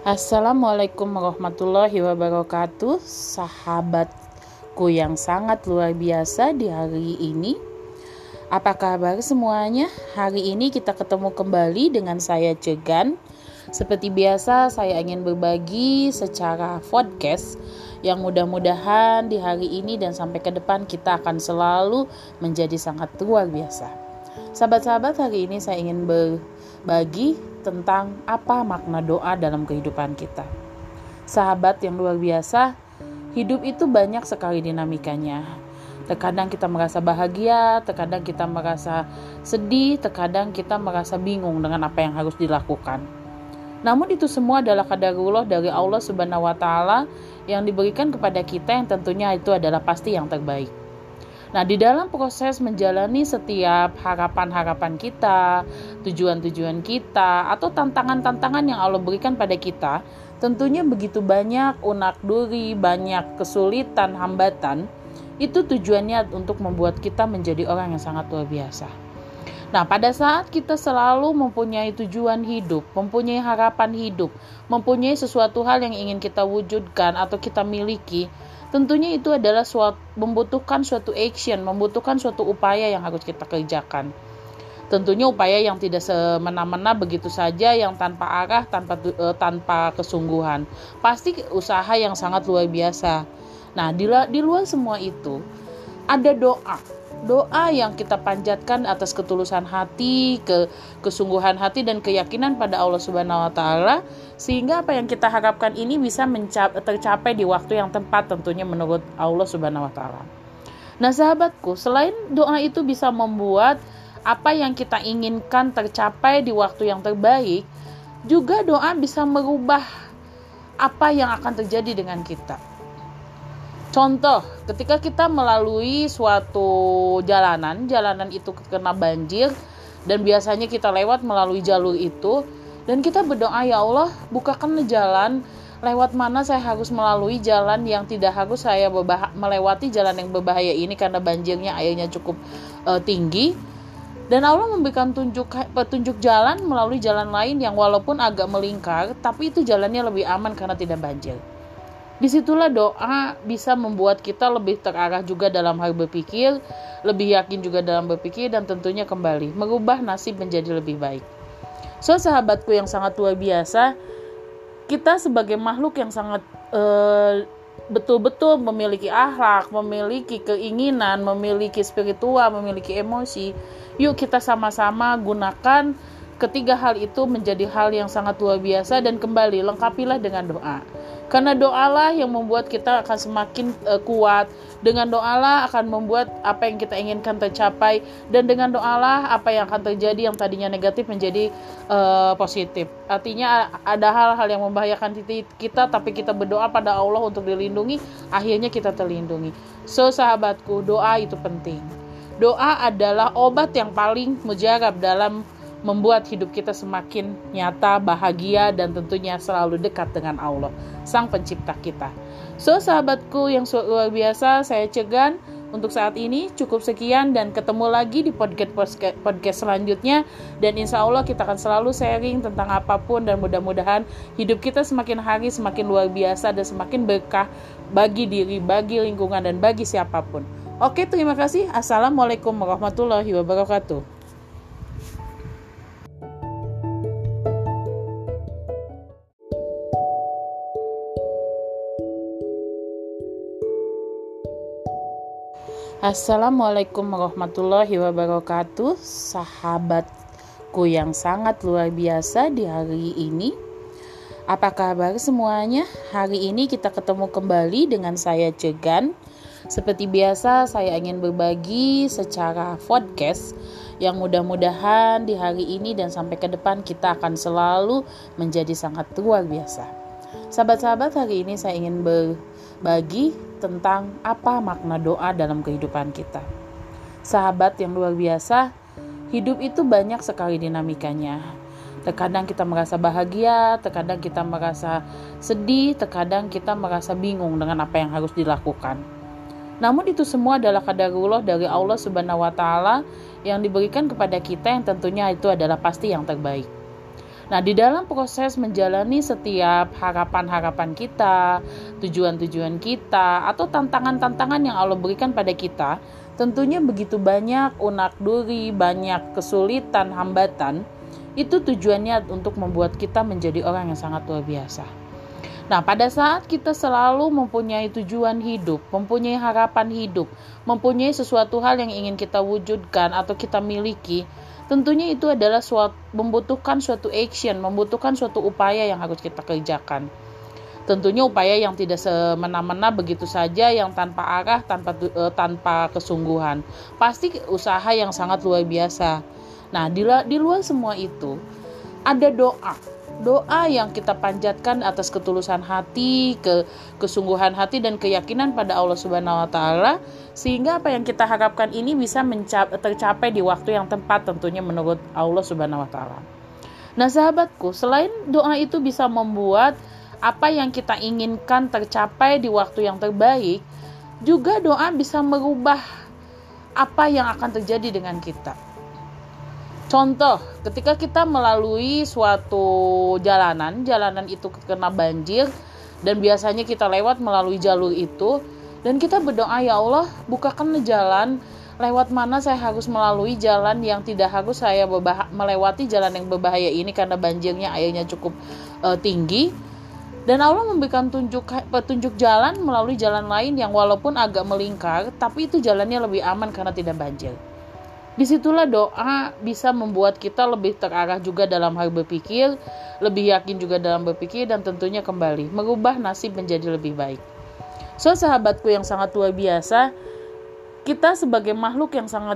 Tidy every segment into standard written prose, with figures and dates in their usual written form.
Assalamualaikum warahmatullahi wabarakatuh, sahabatku yang sangat luar biasa di hari ini. Apa kabar semuanya? Hari ini kita ketemu kembali dengan saya Jegan. Seperti biasa saya ingin berbagi secara podcast yang mudah-mudahan di hari ini dan sampai ke depan kita akan selalu menjadi sangat luar biasa. Sahabat-sahabat, hari ini saya ingin berbagi tentang apa makna doa dalam kehidupan kita. Sahabat yang luar biasa, hidup itu banyak sekali dinamikanya. Terkadang kita merasa bahagia, terkadang kita merasa sedih, terkadang kita merasa bingung dengan apa yang harus dilakukan. Namun itu semua adalah qadarullah dari Allah Subhanahu wa taala yang diberikan kepada kita, yang tentunya itu adalah pasti yang terbaik. Nah, di dalam proses menjalani setiap harapan-harapan kita, tujuan-tujuan kita, atau tantangan-tantangan yang Allah berikan pada kita, tentunya begitu banyak unak duri, banyak kesulitan, hambatan. Itu tujuannya untuk membuat kita menjadi orang yang sangat luar biasa. Nah, pada saat kita selalu mempunyai tujuan hidup, mempunyai harapan hidup, mempunyai sesuatu hal yang ingin kita wujudkan atau kita miliki, tentunya itu adalah membutuhkan suatu action, membutuhkan suatu upaya yang harus kita kerjakan. Tentunya upaya yang tidak semena-mena begitu saja, yang tanpa arah, tanpa kesungguhan. Pasti usaha yang sangat luar biasa. Nah, di luar semua itu, ada doa. Doa yang kita panjatkan atas ketulusan hati, kesungguhan hati dan keyakinan pada Allah Subhanahu wa taala, sehingga apa yang kita harapkan ini bisa tercapai di waktu yang tepat, tentunya menurut Allah Subhanahu wa taala. Nah, sahabatku, selain doa itu bisa membuat apa yang kita inginkan tercapai di waktu yang terbaik, juga doa bisa merubah apa yang akan terjadi dengan kita. Contoh, ketika kita melalui suatu jalanan itu kena banjir, dan biasanya kita lewat melalui jalur itu, dan kita berdoa, ya Allah, bukakan jalan, lewat mana saya harus melalui jalan yang tidak harus saya melewati jalan yang berbahaya ini karena banjirnya, airnya cukup tinggi. Dan Allah memberikan petunjuk jalan melalui jalan lain yang walaupun agak melingkar, tapi itu jalannya lebih aman karena tidak banjir. Disitulah doa bisa membuat kita lebih terarah juga dalam hal berpikir, lebih yakin juga dalam berpikir, dan tentunya kembali merubah nasib menjadi lebih baik. So, sahabatku yang sangat luar biasa, kita sebagai makhluk yang sangat betul-betul memiliki akhlak, memiliki keinginan, memiliki spiritual, memiliki emosi. Yuk kita sama-sama gunakan ketiga hal itu menjadi hal yang sangat luar biasa, dan kembali lengkapilah dengan doa. Karena doalah yang membuat kita akan semakin kuat. Dengan doalah akan membuat apa yang kita inginkan tercapai. Dan dengan doalah apa yang akan terjadi yang tadinya negatif menjadi positif. Artinya ada hal-hal yang membahayakan kita, tapi kita berdoa pada Allah untuk dilindungi, akhirnya kita terlindungi. So, sahabatku, doa itu penting. Doa adalah obat yang paling mujarab dalam membuat hidup kita semakin nyata, bahagia, dan tentunya selalu dekat dengan Allah, Sang Pencipta kita. So, sahabatku yang luar biasa, saya Jegan. Untuk saat ini cukup sekian, dan ketemu lagi di podcast selanjutnya. Dan insya Allah kita akan selalu sharing tentang apapun, dan mudah-mudahan hidup kita semakin hari semakin luar biasa dan semakin berkah bagi diri, bagi lingkungan, dan bagi siapapun. Oke, terima kasih. Assalamualaikum warahmatullahi wabarakatuh. Assalamualaikum warahmatullahi wabarakatuh, sahabatku yang sangat luar biasa di hari ini. Apa kabar semuanya? Hari ini kita ketemu kembali dengan saya Jegan. Seperti biasa saya ingin berbagi secara podcast yang mudah-mudahan di hari ini dan sampai ke depan kita akan selalu menjadi sangat luar biasa. Sahabat-sahabat, hari ini saya ingin berbagi tentang apa makna doa dalam kehidupan kita. Sahabat yang luar biasa, hidup itu banyak sekali dinamikanya. Terkadang kita merasa bahagia, terkadang kita merasa sedih, terkadang kita merasa bingung dengan apa yang harus dilakukan. Namun itu semua adalah qadarullah dari Allah Subhanahu wa taala yang diberikan kepada kita, yang tentunya itu adalah pasti yang terbaik. Nah, di dalam proses menjalani setiap harapan-harapan kita, tujuan-tujuan kita, atau tantangan-tantangan yang Allah berikan pada kita, tentunya begitu banyak unak duri, banyak kesulitan, hambatan. Itu tujuannya untuk membuat kita menjadi orang yang sangat luar biasa. Nah, pada saat kita selalu mempunyai tujuan hidup, mempunyai harapan hidup, mempunyai sesuatu hal yang ingin kita wujudkan atau kita miliki, tentunya itu adalah membutuhkan suatu action, membutuhkan suatu upaya yang harus kita kerjakan. Tentunya upaya yang tidak semena-mena begitu saja, yang tanpa arah, tanpa kesungguhan. Pasti usaha yang sangat luar biasa. Nah, di luar semua itu, ada doa yang kita panjatkan atas ketulusan hati, kesungguhan hati dan keyakinan pada Allah Subhanahu wa taala, sehingga apa yang kita harapkan ini bisa tercapai di waktu yang tepat, tentunya menurut Allah Subhanahu wa taala. Nah, sahabatku, selain doa itu bisa membuat apa yang kita inginkan tercapai di waktu yang terbaik, juga doa bisa merubah apa yang akan terjadi dengan kita. Contoh, ketika kita melalui suatu jalanan itu kena banjir, dan biasanya kita lewat melalui jalur itu, dan kita berdoa, ya Allah, bukakan jalan, lewat mana saya harus melalui jalan yang tidak harus saya melewati jalan yang berbahaya ini karena banjirnya, airnya cukup tinggi. Dan Allah memberikan petunjuk jalan melalui jalan lain yang walaupun agak melingkar, tapi itu jalannya lebih aman karena tidak banjir. Disitulah doa bisa membuat kita lebih terarah juga dalam hal berpikir, lebih yakin juga dalam berpikir, dan tentunya kembali merubah nasib menjadi lebih baik. So, sahabatku yang sangat luar biasa, kita sebagai makhluk yang sangat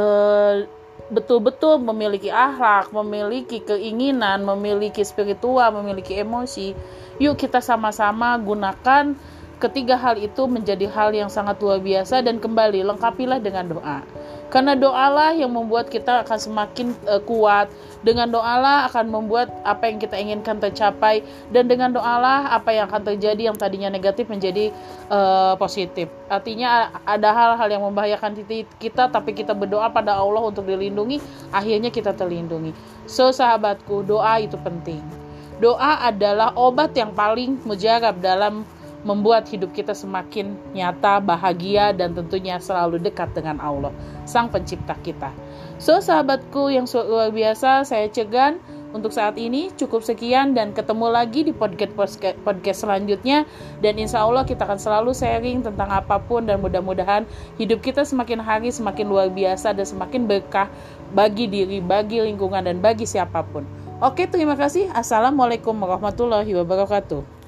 betul-betul memiliki akhlak, memiliki keinginan, memiliki spiritual, memiliki emosi. Yuk kita sama-sama gunakan ketiga hal itu menjadi hal yang sangat luar biasa, dan kembali lengkapilah dengan doa. Karena doalah yang membuat kita akan semakin kuat. Dengan doalah akan membuat apa yang kita inginkan tercapai. Dan dengan doalah apa yang akan terjadi yang tadinya negatif menjadi positif. Artinya ada hal-hal yang membahayakan kita, tapi kita berdoa pada Allah untuk dilindungi, akhirnya kita terlindungi. So, sahabatku, doa itu penting. Doa adalah obat yang paling mujarab dalam membuat hidup kita semakin nyata, bahagia, dan tentunya selalu dekat dengan Allah, Sang Pencipta kita. So, sahabatku yang luar biasa, saya Cegan untuk saat ini cukup sekian, dan ketemu lagi di podcast selanjutnya. Dan insya Allah kita akan selalu sharing tentang apapun, dan mudah-mudahan hidup kita semakin hari semakin luar biasa dan semakin berkah bagi diri, bagi lingkungan, dan bagi siapapun. Oke, terima kasih. Assalamualaikum warahmatullahi wabarakatuh.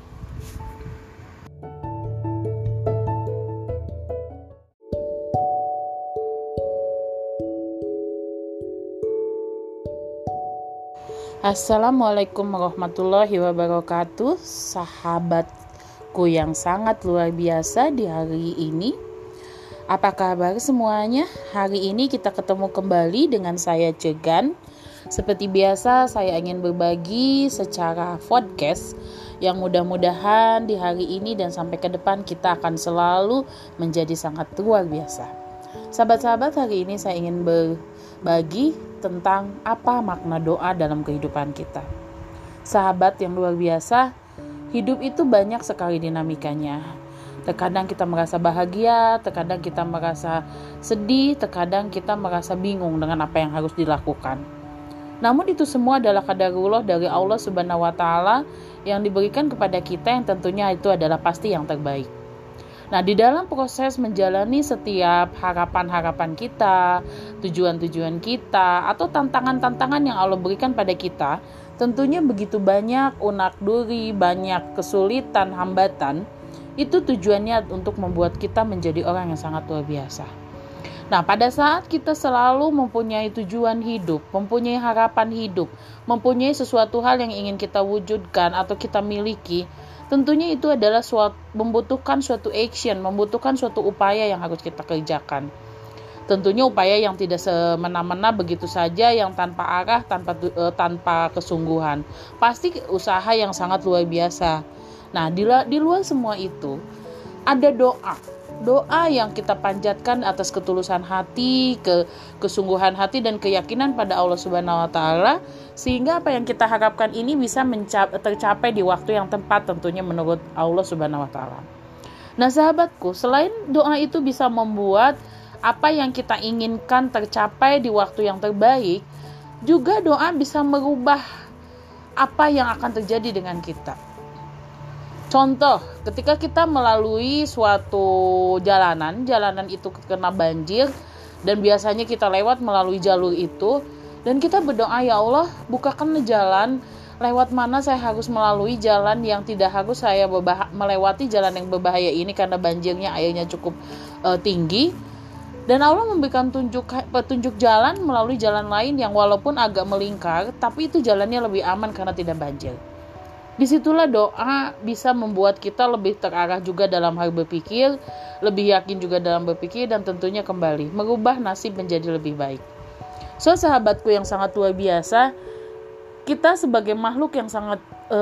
Assalamualaikum warahmatullahi wabarakatuh, sahabatku yang sangat luar biasa di hari ini. Apa kabar semuanya? Hari ini kita ketemu kembali dengan saya Cegan. Seperti biasa, saya ingin berbagi secara podcast yang mudah-mudahan di hari ini dan sampai ke depan kita akan selalu menjadi sangat luar biasa. Sahabat-sahabat, hari ini saya ingin berbagi tentang apa makna doa dalam kehidupan kita. Sahabat yang luar biasa, hidup itu banyak sekali dinamikanya. Terkadang kita merasa bahagia, terkadang kita merasa sedih, terkadang kita merasa bingung dengan apa yang harus dilakukan. Namun itu semua adalah qadarullah dari Allah Subhanahu wa taala yang diberikan kepada kita, yang tentunya itu adalah pasti yang terbaik. Nah, di dalam proses menjalani setiap harapan-harapan kita, tujuan-tujuan kita, atau tantangan-tantangan yang Allah berikan pada kita, tentunya begitu banyak unak duri, banyak kesulitan, hambatan. Itu tujuannya untuk membuat kita menjadi orang yang sangat luar biasa. Nah, pada saat kita selalu mempunyai tujuan hidup, mempunyai harapan hidup, mempunyai sesuatu hal yang ingin kita wujudkan atau kita miliki, tentunya itu adalah membutuhkan suatu action, membutuhkan suatu upaya yang harus kita kerjakan. Tentunya upaya yang tidak semena-mena begitu saja, yang tanpa arah, tanpa kesungguhan. Pasti usaha yang sangat luar biasa. Nah, di luar semua itu, ada doa yang kita panjatkan atas ketulusan hati, kesungguhan hati dan keyakinan pada Allah Subhanahu wa taala, sehingga apa yang kita harapkan ini bisa tercapai di waktu yang tepat, tentunya menurut Allah Subhanahu wa Ta'ala. Nah sahabatku, selain doa itu bisa membuat apa yang kita inginkan tercapai di waktu yang terbaik, juga doa bisa merubah apa yang akan terjadi dengan kita. Contoh, ketika kita melalui suatu jalanan itu kena banjir, dan biasanya kita lewat melalui jalur itu, dan kita berdoa, ya Allah, bukakan jalan, lewat mana saya harus melalui jalan yang tidak harus saya melewati jalan yang berbahaya ini karena banjirnya airnya cukup tinggi. Dan Allah memberikan petunjuk jalan melalui jalan lain yang walaupun agak melingkar, tapi itu jalannya lebih aman karena tidak banjir. Disitulah doa bisa membuat kita lebih terarah juga dalam hal berpikir, lebih yakin juga dalam berpikir, dan tentunya kembali merubah nasib menjadi lebih baik. So sahabatku yang sangat luar biasa, kita sebagai makhluk yang sangat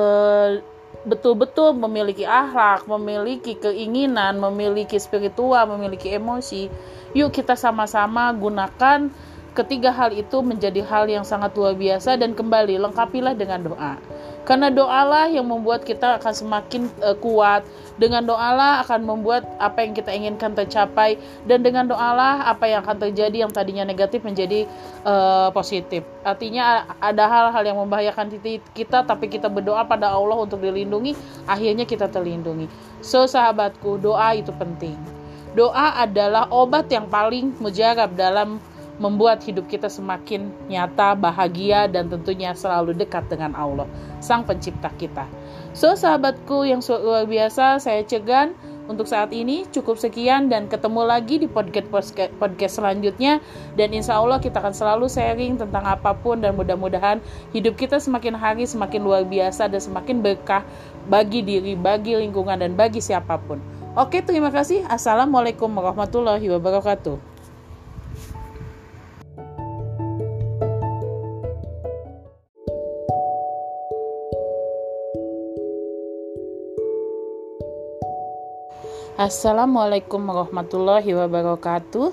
betul-betul memiliki akhlak, memiliki keinginan, memiliki spiritual, memiliki emosi. Yuk kita sama-sama gunakan ketiga hal itu menjadi hal yang sangat luar biasa, dan kembali lengkapilah dengan doa. Karena doalah yang membuat kita akan semakin kuat. Dengan doalah akan membuat apa yang kita inginkan tercapai. Dan dengan doalah apa yang akan terjadi yang tadinya negatif menjadi positif. Artinya ada hal-hal yang membahayakan kita, tapi kita berdoa pada Allah untuk dilindungi, akhirnya kita terlindungi. So sahabatku, doa itu penting. Doa adalah obat yang paling mujarab dalam membuat hidup kita semakin nyata, bahagia, dan tentunya selalu dekat dengan Allah, Sang Pencipta kita. So sahabatku yang luar biasa, saya Cegan untuk saat ini cukup sekian, dan ketemu lagi di podcast selanjutnya, dan insya Allah kita akan selalu sharing tentang apapun, dan mudah-mudahan hidup kita semakin hari semakin luar biasa dan semakin berkah bagi diri, bagi lingkungan, dan bagi siapapun. Oke, terima kasih. Assalamualaikum warahmatullahi wabarakatuh. Assalamualaikum warahmatullahi wabarakatuh,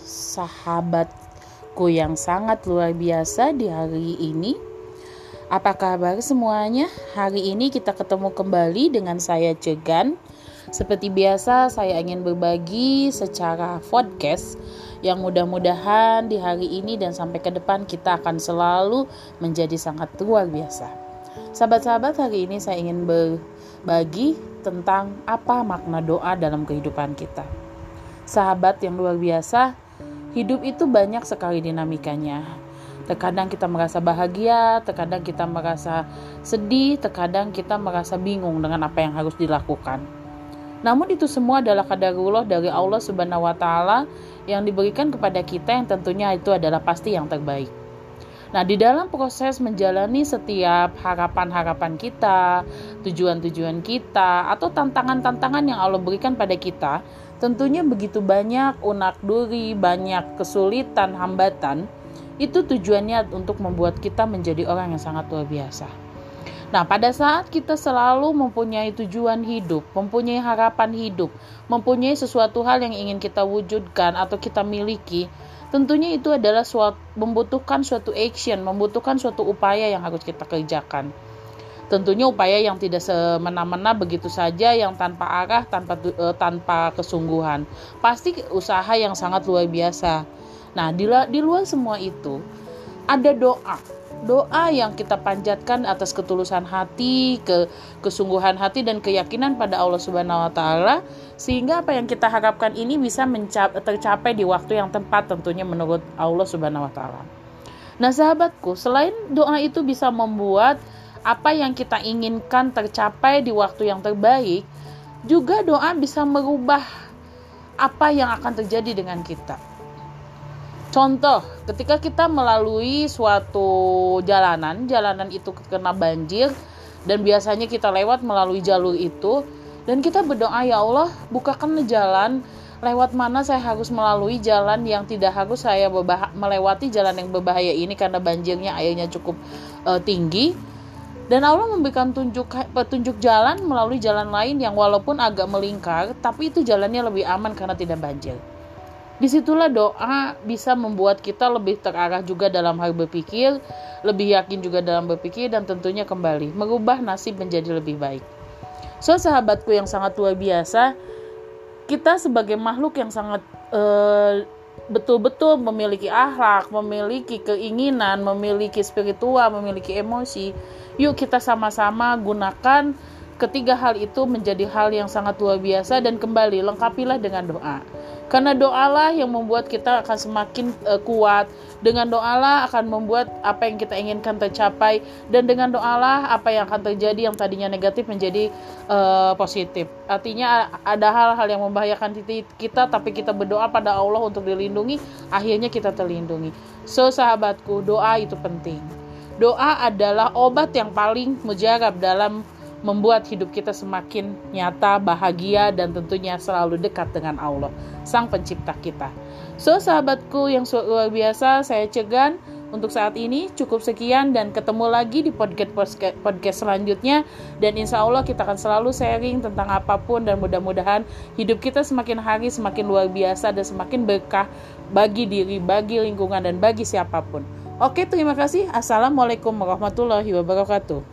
sahabatku yang sangat luar biasa di hari ini. Apa kabar semuanya? Hari ini kita ketemu kembali dengan saya Cegan. Seperti biasa saya ingin berbagi secara podcast yang mudah-mudahan di hari ini dan sampai ke depan kita akan selalu menjadi sangat luar biasa. Sahabat-sahabat, hari ini saya ingin berbagi tentang apa makna doa dalam kehidupan kita. Sahabat yang luar biasa, hidup itu banyak sekali dinamikanya. Terkadang kita merasa bahagia, terkadang kita merasa sedih, terkadang kita merasa bingung dengan apa yang harus dilakukan. Namun itu semua adalah qadarullah dari Allah Subhanahu wa Ta'ala yang diberikan kepada kita, yang tentunya itu adalah pasti yang terbaik. Nah, di dalam proses menjalani setiap harapan-harapan kita, tujuan-tujuan kita, atau tantangan-tantangan yang Allah berikan pada kita, tentunya begitu banyak unak-duri, banyak kesulitan, hambatan. Itu tujuannya untuk membuat kita menjadi orang yang sangat luar biasa. Nah, pada saat kita selalu mempunyai tujuan hidup, mempunyai harapan hidup, mempunyai sesuatu hal yang ingin kita wujudkan atau kita miliki, tentunya itu adalah membutuhkan suatu action, membutuhkan suatu upaya yang harus kita kerjakan. Tentunya upaya yang tidak semena-mena begitu saja, yang tanpa arah, tanpa kesungguhan. Pasti usaha yang sangat luar biasa. Nah, di luar semua itu, ada doa. Doa yang kita panjatkan atas ketulusan hati, kesungguhan hati, dan keyakinan pada Allah Subhanahu wa Ta'ala, sehingga apa yang kita harapkan ini bisa tercapai di waktu yang tepat, tentunya menurut Allah Subhanahu wa Ta'ala. Nah sahabatku, selain doa itu bisa membuat apa yang kita inginkan tercapai di waktu yang terbaik, juga doa bisa merubah apa yang akan terjadi dengan kita. Contoh, ketika kita melalui suatu jalanan itu kena banjir, dan biasanya kita lewat melalui jalur itu, dan kita berdoa, ya Allah, bukakan jalan, lewat mana saya harus melalui jalan yang tidak harus saya melewati jalan yang berbahaya ini karena banjirnya airnya cukup tinggi. Dan Allah memberikan petunjuk jalan melalui jalan lain yang walaupun agak melingkar, tapi itu jalannya lebih aman karena tidak banjir. Disitulah doa bisa membuat kita lebih terarah juga dalam hal berpikir, lebih yakin juga dalam berpikir, dan tentunya kembali merubah nasib menjadi lebih baik. So sahabatku yang sangat luar biasa, kita sebagai makhluk yang sangat betul-betul memiliki akhlak, memiliki keinginan, memiliki spiritual, memiliki emosi. Yuk kita sama-sama gunakan ketiga hal itu menjadi hal yang sangat luar biasa, dan kembali lengkapilah dengan doa. Karena doalah yang membuat kita akan semakin kuat. Dengan doalah akan membuat apa yang kita inginkan tercapai. Dan dengan doalah apa yang akan terjadi yang tadinya negatif menjadi positif. Artinya ada hal-hal yang membahayakan kita, tapi kita berdoa pada Allah untuk dilindungi, akhirnya kita terlindungi. So sahabatku, doa itu penting. Doa adalah obat yang paling mujarab dalam membuat hidup kita semakin nyata, bahagia, dan tentunya selalu dekat dengan Allah, Sang Pencipta kita. So sahabatku yang luar biasa, saya Cegan untuk saat ini cukup sekian, dan ketemu lagi di podcast selanjutnya. Dan insya Allah kita akan selalu sharing tentang apapun, dan mudah-mudahan hidup kita semakin hari semakin luar biasa dan semakin berkah bagi diri, bagi lingkungan, dan bagi siapapun. Oke, terima kasih. Assalamualaikum warahmatullahi wabarakatuh.